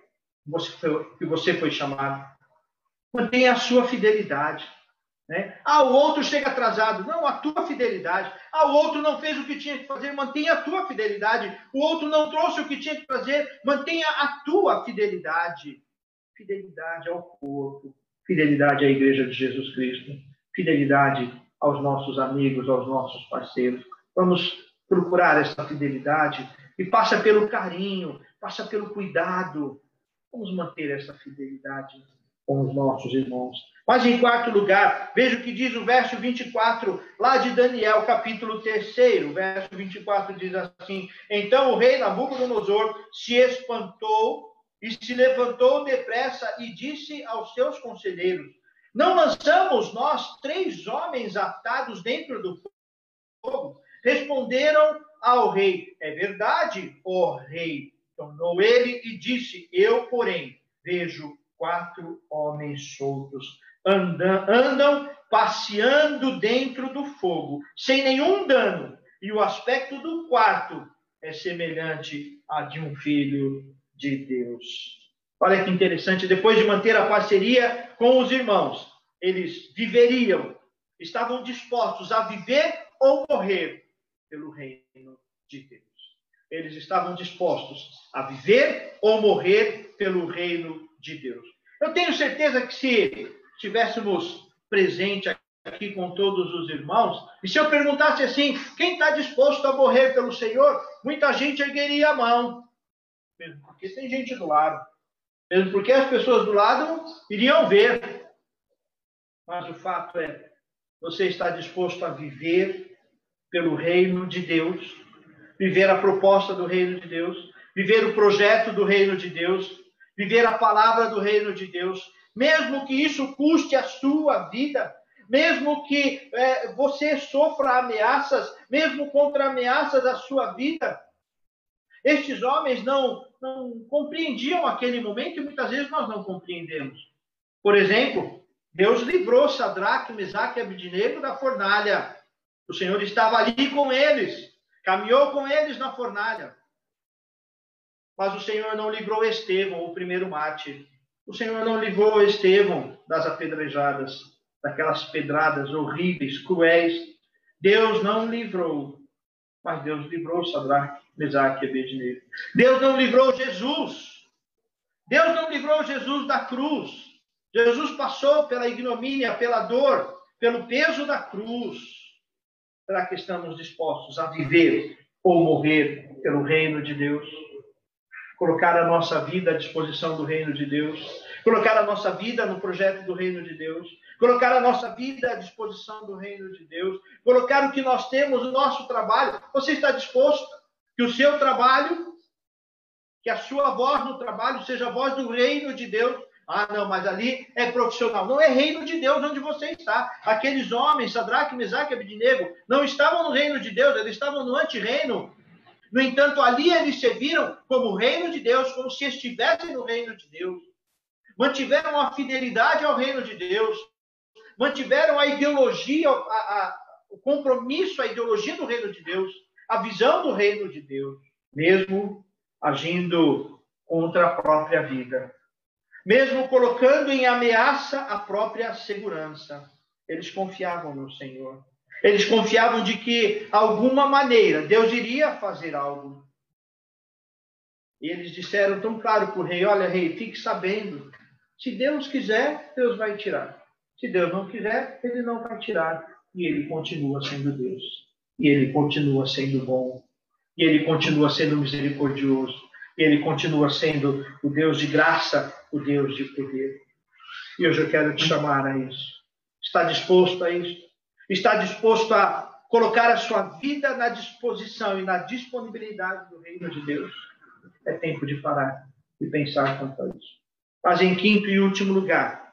que você foi chamado. Mantenha a sua fidelidade. Né? Ah, o outro chega atrasado. Não, a tua fidelidade. Ah, o outro não fez o que tinha que fazer. Mantenha a tua fidelidade. O outro não trouxe o que tinha que fazer. Mantenha a tua fidelidade. Fidelidade ao corpo. Fidelidade à igreja de Jesus Cristo. Fidelidade aos nossos amigos, aos nossos parceiros. Vamos procurar essa fidelidade e passa pelo carinho, passa pelo cuidado. Vamos manter essa fidelidade com os nossos irmãos. Mas em quarto lugar, veja o que diz o verso vinte e quatro, lá de Daniel, capítulo três, o verso vinte e quatro diz assim: então o rei Nabucodonosor se espantou e se levantou depressa e disse aos seus conselheiros: não lançamos nós três homens atados dentro do fogo? Responderam ao rei: é verdade, ó rei. Tornou ele e disse: eu, porém, vejo quatro homens soltos, andam, andam passeando dentro do fogo, sem nenhum dano, e o aspecto do quarto é semelhante a de um filho de Deus. Olha que interessante, depois de manter a parceria com os irmãos, eles viveriam, estavam dispostos a viver ou morrer pelo reino de Deus. Eles estavam dispostos a viver ou morrer pelo reino de Deus. Eu tenho certeza que se tivéssemos presente aqui com todos os irmãos, e se eu perguntasse assim, quem está disposto a morrer pelo Senhor, muita gente ergueria a mão, mesmo porque tem gente do lado, mesmo porque as pessoas do lado iriam ver, mas o fato é, você está disposto a viver pelo reino de Deus, viver a proposta do reino de Deus, viver o projeto do reino de Deus, viver a palavra do reino de Deus, mesmo que isso custe a sua vida, mesmo que é, você sofra ameaças, mesmo contra ameaças à sua vida. Estes homens não, não compreendiam aquele momento e muitas vezes nós não compreendemos. Por exemplo, Deus livrou Sadraque, Mesaque e Abednego da fornalha. O Senhor estava ali com eles, caminhou com eles na fornalha. Mas o Senhor não livrou Estevão, o primeiro mártir. O Senhor não livrou Estevão das apedrejadas, daquelas pedradas horríveis, cruéis. Deus não livrou, mas Deus livrou Sadraque, Mesaque e Abednego. Deus não livrou Jesus. Deus não livrou Jesus da cruz. Jesus passou pela ignomínia, pela dor, pelo peso da cruz. Será que estamos dispostos a viver ou morrer pelo reino de Deus? Colocar a nossa vida à disposição do reino de Deus, colocar a nossa vida no projeto do reino de Deus, colocar a nossa vida à disposição do reino de Deus, colocar o que nós temos, o nosso trabalho. Você está disposto que o seu trabalho, que a sua voz no trabalho seja a voz do reino de Deus? Ah, não, mas ali é profissional. Não é reino de Deus onde você está. Aqueles homens, Sadraque, Mesaque e Abednego, não estavam no reino de Deus, eles estavam no antirreino. No entanto, ali eles serviram como reino de Deus, como se estivessem no reino de Deus. Mantiveram a fidelidade ao reino de Deus. Mantiveram a ideologia, a, a, o compromisso, a ideologia do reino de Deus. A visão do reino de Deus. Mesmo agindo contra a própria vida. Mesmo colocando em ameaça a própria segurança. Eles confiavam no Senhor. Eles confiavam de que, de alguma maneira, Deus iria fazer algo. E eles disseram tão claro para o rei, olha, rei, fique sabendo, se Deus quiser, Deus vai tirar. Se Deus não quiser, Ele não vai tirar. E Ele continua sendo Deus. E Ele continua sendo bom. E Ele continua sendo misericordioso. E Ele continua sendo o Deus de graça, o Deus de poder. E hoje eu quero te chamar a isso. Está disposto a isso? Está disposto a colocar a sua vida na disposição e na disponibilidade do reino de Deus? É tempo de parar e pensar quanto a isso. Mas em quinto e último lugar,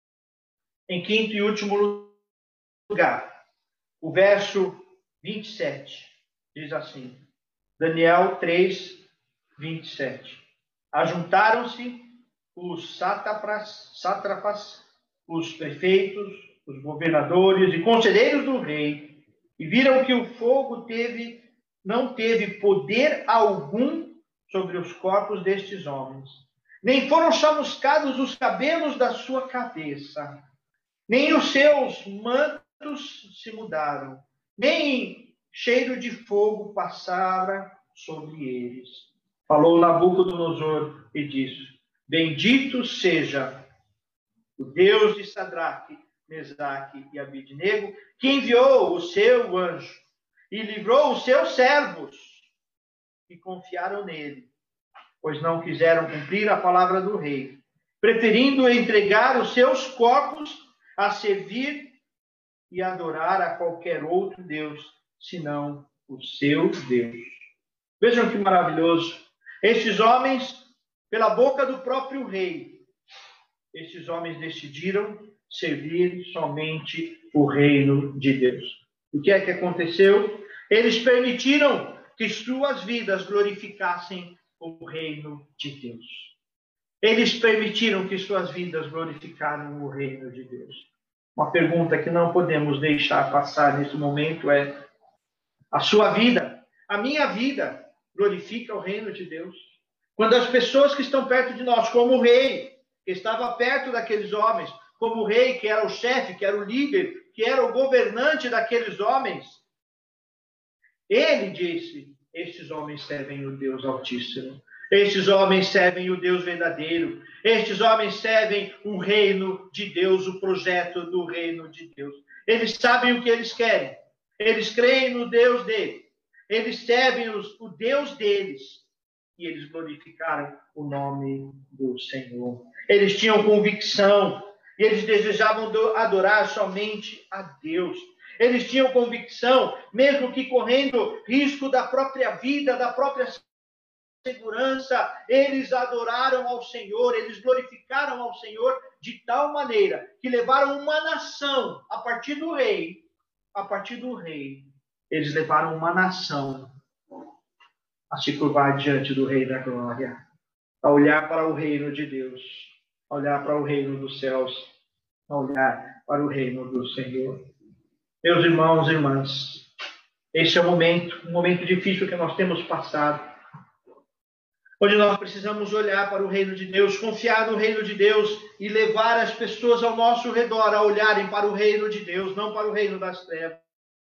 em quinto e último lugar, o verso vinte e sete diz assim, Daniel três, vinte e sete. Ajuntaram-se os sátrapas, sátrapas, os prefeitos, os governadores e conselheiros do rei, e viram que o fogo teve, não teve poder algum sobre os corpos destes homens. Nem foram chamuscados os cabelos da sua cabeça, nem os seus mantos se mudaram, nem cheiro de fogo passara sobre eles. Falou Nabucodonosor e disse, bendito seja o Deus de Sadraque, Mesaque e Abednego, que enviou o seu anjo e livrou os seus servos que confiaram nele, pois não quiseram cumprir a palavra do rei, preferindo entregar os seus corpos a servir e adorar a qualquer outro Deus, senão o seu Deus. Vejam que maravilhoso. Estes homens, pela boca do próprio rei, estes homens decidiram servir somente o reino de Deus. O que é que aconteceu? Eles permitiram que suas vidas glorificassem o reino de Deus. Eles permitiram que suas vidas glorificaram o reino de Deus. Uma pergunta que não podemos deixar passar nesse momento é: a sua vida, a minha vida, glorifica o reino de Deus? Quando as pessoas que estão perto de nós, como o rei, que estava perto daqueles homens, como o rei, que era o chefe, que era o líder, que era o governante daqueles homens, ele disse, estes homens servem o Deus Altíssimo. Estes homens servem o Deus verdadeiro. Estes homens servem um reino de Deus, o projeto do reino de Deus. Eles sabem o que eles querem. Eles creem no Deus deles. Eles servem os, o Deus deles. E eles glorificaram o nome do Senhor. Eles tinham convicção. E eles desejavam adorar somente a Deus. Eles tinham convicção, mesmo que correndo risco da própria vida, da própria segurança, eles adoraram ao Senhor, eles glorificaram ao Senhor de tal maneira que levaram uma nação, a partir do rei, a partir do rei, eles levaram uma nação a se curvar diante do Rei da Glória, a olhar para o reino de Deus, a olhar para o reino dos céus, a olhar para o reino do Senhor. Meus irmãos e irmãs, este é o momento, um momento difícil que nós temos passado, onde nós precisamos olhar para o reino de Deus, confiar no reino de Deus e levar as pessoas ao nosso redor a olharem para o reino de Deus, não para o reino das trevas.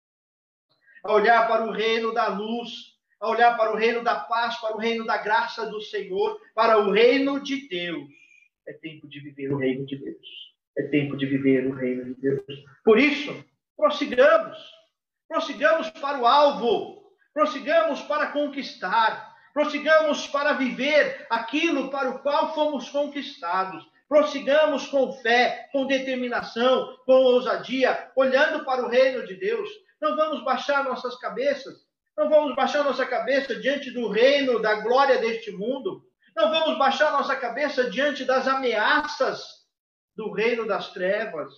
A olhar para o reino da luz, a olhar para o reino da paz, para o reino da graça do Senhor, para o reino de Deus. É tempo de viver o reino de Deus. É tempo de viver o reino de Deus. Por isso, prossigamos. Prossigamos para o alvo. Prossigamos para conquistar. Prossigamos para viver aquilo para o qual fomos conquistados. Prossigamos com fé, com determinação, com ousadia, olhando para o reino de Deus. Não vamos baixar nossas cabeças. Não vamos baixar nossa cabeça diante do reino, da glória deste mundo. Não vamos baixar nossa cabeça diante das ameaças do reino das trevas.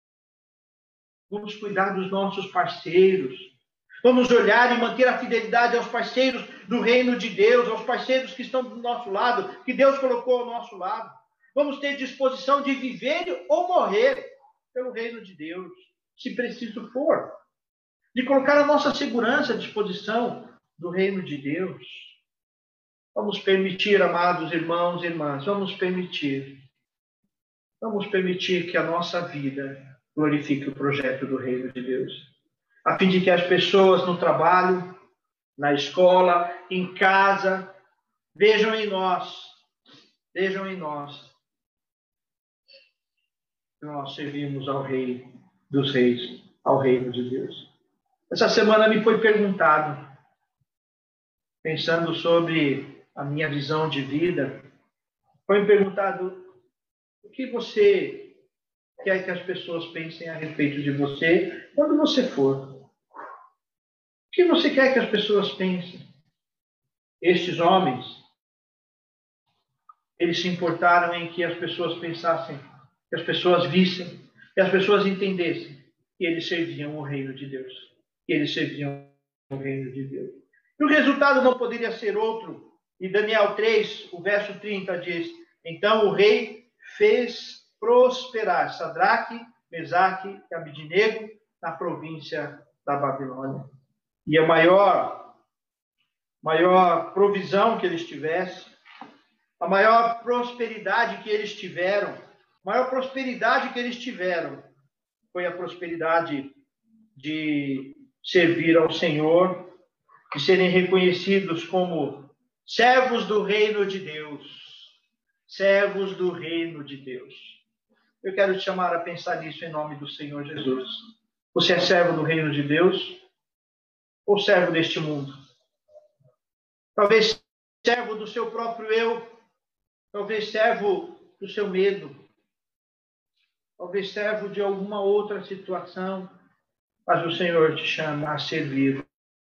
Vamos cuidar dos nossos parceiros. Vamos olhar e manter a fidelidade aos parceiros do reino de Deus, aos parceiros que estão do nosso lado, que Deus colocou ao nosso lado. Vamos ter disposição de viver ou morrer pelo reino de Deus, se preciso for. De colocar a nossa segurança à disposição do reino de Deus. Vamos permitir, amados irmãos e irmãs, vamos permitir. Vamos permitir que a nossa vida glorifique o projeto do reino de Deus. A fim de que as pessoas no trabalho, na escola, em casa, vejam em nós, vejam em nós, que nós servimos ao Rei dos Reis, ao reino de Deus. Essa semana me foi perguntado, pensando sobre a minha visão de vida, foi me perguntado o que você quer que as pessoas pensem a respeito de você quando você for. O que você quer que as pessoas pensem? Estes homens, eles se importaram em que as pessoas pensassem, que as pessoas vissem, que as pessoas entendessem que eles serviam o reino de Deus. Que eles serviam o reino de Deus. E o resultado não poderia ser outro. E Daniel três, o verso trinta diz, então o rei fez prosperar Sadraque, Mesaque e Abidnego na província da Babilônia. E a maior, maior provisão que eles tivessem, a maior prosperidade que eles tiveram, a maior prosperidade que eles tiveram foi a prosperidade de servir ao Senhor, de serem reconhecidos como servos do reino de Deus. Servos do reino de Deus. Eu quero te chamar a pensar nisso em nome do Senhor Jesus. Você é servo do reino de Deus ou servo deste mundo? Talvez servo do seu próprio eu, talvez servo do seu medo, talvez servo de alguma outra situação, mas o Senhor te chama a servir,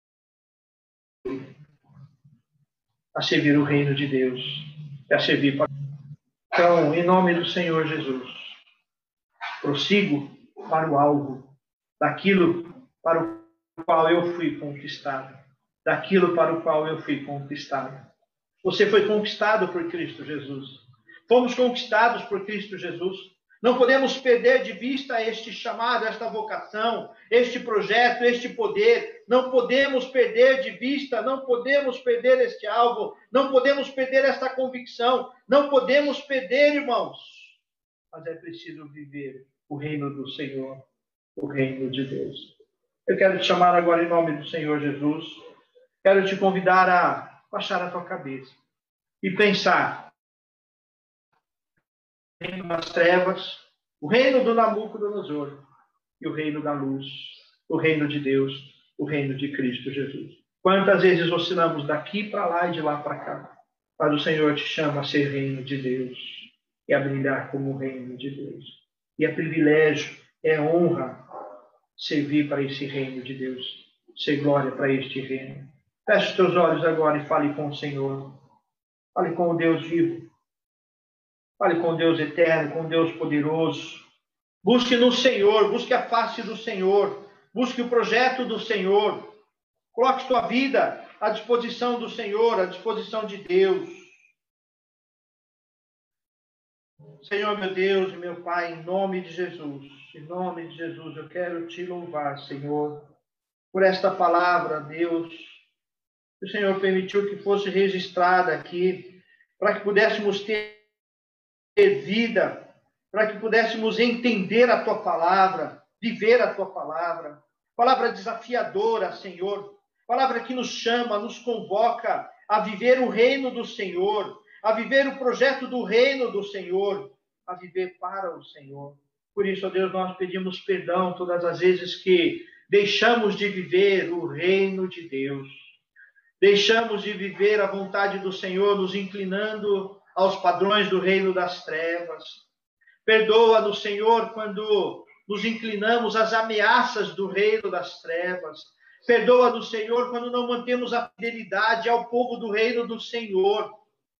a servir o reino de Deus, a servir para... Então, em nome do Senhor Jesus, prossigo para o alvo, daquilo para o qual eu fui conquistado, daquilo para o qual eu fui conquistado. Você foi conquistado por Cristo Jesus. Fomos conquistados por Cristo Jesus. Não podemos perder de vista este chamado, esta vocação, este projeto, este poder. Não podemos perder de vista, não podemos perder este alvo, não podemos perder esta convicção, não podemos perder, irmãos. Mas é preciso viver o reino do Senhor, o reino de Deus. Eu quero te chamar agora em nome do Senhor Jesus. Quero te convidar a baixar a tua cabeça. e pensar o reino das trevas, o reino do Nabucodonosor e o reino da luz, o reino de Deus, o reino de Cristo Jesus. Quantas vezes oscilamos daqui para lá e de lá para cá, mas o Senhor te chama a ser reino de Deus e a brilhar como o reino de Deus. E é privilégio, é honra servir para esse reino de Deus, ser glória para este reino. Feche os teus olhos agora e fale com o Senhor. Fale com o Deus vivo. Fale com o Deus eterno, com o Deus poderoso. Busque no Senhor, busque a face do Senhor. Busque o projeto do Senhor. Coloque sua vida à disposição do Senhor, à disposição de Deus. Senhor, meu Deus e meu Pai, em nome de Jesus, em nome de Jesus, eu quero te louvar, Senhor, por esta palavra, Deus, que o Senhor permitiu que fosse registrada aqui, para que pudéssemos ter vida, para que pudéssemos entender a Tua palavra, viver a Tua palavra, palavra desafiadora, Senhor, palavra que nos chama, nos convoca a viver o reino do Senhor, a viver o projeto do reino do Senhor, a viver para o Senhor. Por isso, ó Deus, nós pedimos perdão todas as vezes que deixamos de viver o reino de Deus. Deixamos de viver a vontade do Senhor, nos inclinando aos padrões do reino das trevas. Perdoa-nos, Senhor, quando nos inclinamos às ameaças do reino das trevas. Perdoa-nos, Senhor, quando não mantemos a fidelidade ao povo do reino do Senhor.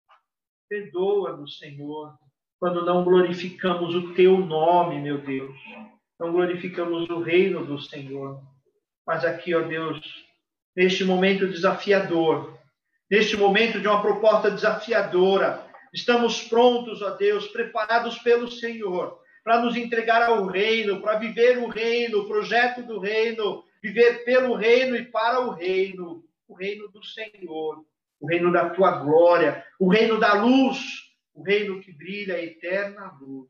Perdoa-nos, Senhor, quando não glorificamos o Teu nome, meu Deus. Não glorificamos o reino do Senhor. Mas aqui, ó Deus, neste momento desafiador, neste momento de uma proposta desafiadora, estamos prontos, ó Deus, preparados pelo Senhor, para nos entregar ao reino, para viver o reino, o projeto do reino, viver pelo reino e para o reino, o reino do Senhor, o reino da Tua glória, o reino da luz, o reino que brilha, a eterna luz.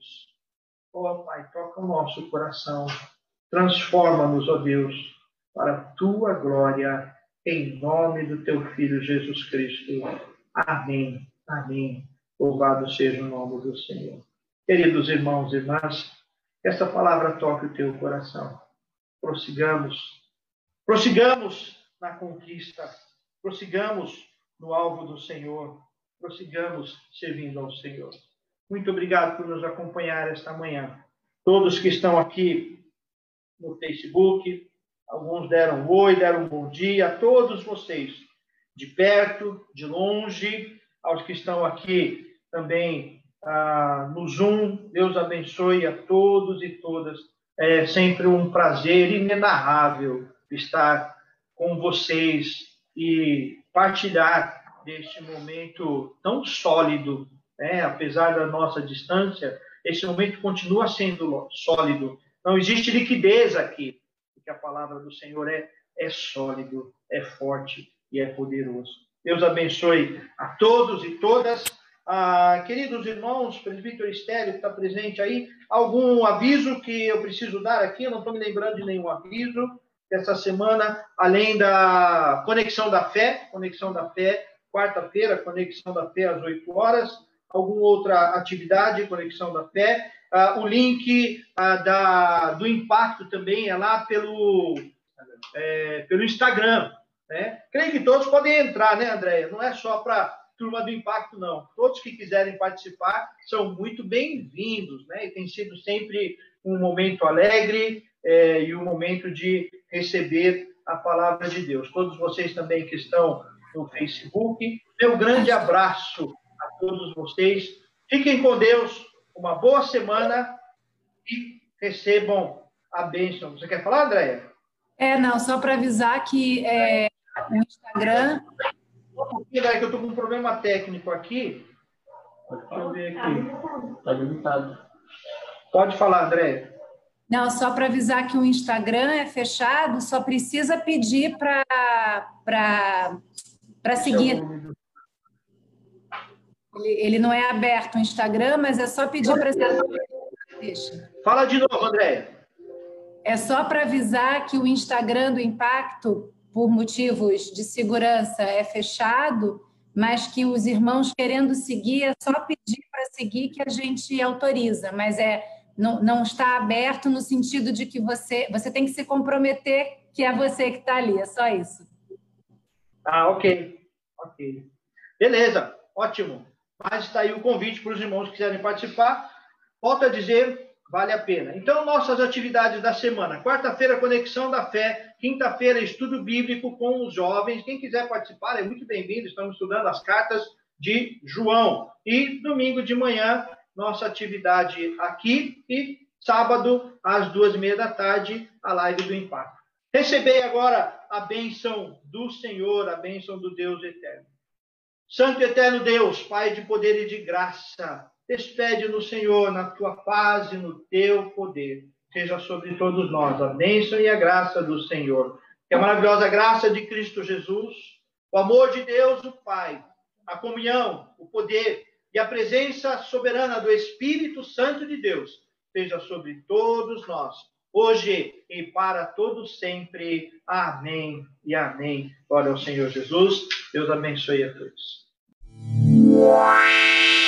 Ó Pai, toca o nosso coração, transforma-nos, ó Deus, para a Tua glória, em nome do Teu Filho Jesus Cristo. Amém, amém. Louvado seja o nome do Senhor. Queridos irmãos e irmãs, que essa palavra toque o teu coração. Prossigamos, prossigamos na conquista, prossigamos no alvo do Senhor, prossigamos servindo ao Senhor. Muito obrigado por nos acompanhar esta manhã. Todos que estão aqui no Facebook, alguns deram um oi, deram um bom dia, a todos vocês, de perto, de longe, aos que estão aqui também ah, no Zoom, Deus abençoe a todos e todas. É sempre um prazer inenarrável estar com vocês e partilhar deste momento tão sólido, né? Apesar da nossa distância, esse momento continua sendo sólido. Não existe liquidez aqui, porque a palavra do Senhor é, é sólido, é forte e é poderoso. Deus abençoe a todos e todas. Ah, queridos irmãos, presbítero Estélio que está presente aí, algum aviso que eu preciso dar aqui? Eu não estou me lembrando de nenhum aviso. Essa semana, além da Conexão da Fé, Conexão da Fé, quarta-feira, Conexão da Fé às oito horas, alguma outra atividade, Conexão da Fé. Ah, o link ah, da, do Impacto também é lá pelo, é, pelo Instagram. Né? Creio que todos podem entrar, né, Andréia? Não é só para turma do Impacto, não. Todos que quiserem participar são muito bem-vindos, né? E tem sido sempre um momento alegre é, e um momento de receber a palavra de Deus. Todos vocês também que estão no Facebook, meu grande abraço a todos vocês. Fiquem com Deus, uma boa semana e recebam a bênção. Você quer falar, Andréia? É, não, só para avisar que é, o Instagram... Que eu estou com um problema técnico aqui. Deixa eu ver aqui. Está limitado. Pode falar, Andréia. Não, só para avisar que o Instagram é fechado, só precisa pedir para para seguir. Ele, ele não é aberto o Instagram, mas é só pedir para seguir. Fala de novo, Andréia. É só para avisar que o Instagram do Impacto, por motivos de segurança, é fechado, mas que os irmãos querendo seguir, é só pedir para seguir que a gente autoriza, mas é, não, não está aberto no sentido de que você, você tem que se comprometer que é você que está ali, é só isso. Ah, ok. Ok. Beleza, ótimo. Mas está aí o convite para os irmãos que quiserem participar. Volto a dizer, vale a pena. Então, nossas atividades da semana. Quarta-feira, Conexão da Fé. Quinta-feira, estudo bíblico com os jovens. Quem quiser participar é muito bem-vindo. Estamos estudando as cartas de João. E domingo de manhã, nossa atividade aqui. E sábado, às duas e meia da tarde, a live do Impacto. Recebei agora a bênção do Senhor, a bênção do Deus eterno. Santo e eterno Deus, Pai de poder e de graça, despede no Senhor, na tua paz e no teu poder. Seja sobre todos nós a bênção e a graça do Senhor. Que a maravilhosa graça de Cristo Jesus, o amor de Deus, o Pai, a comunhão, o poder e a presença soberana do Espírito Santo de Deus, seja sobre todos nós, hoje e para todos sempre. Amém e amém. Glória ao Senhor Jesus. Deus abençoe a todos.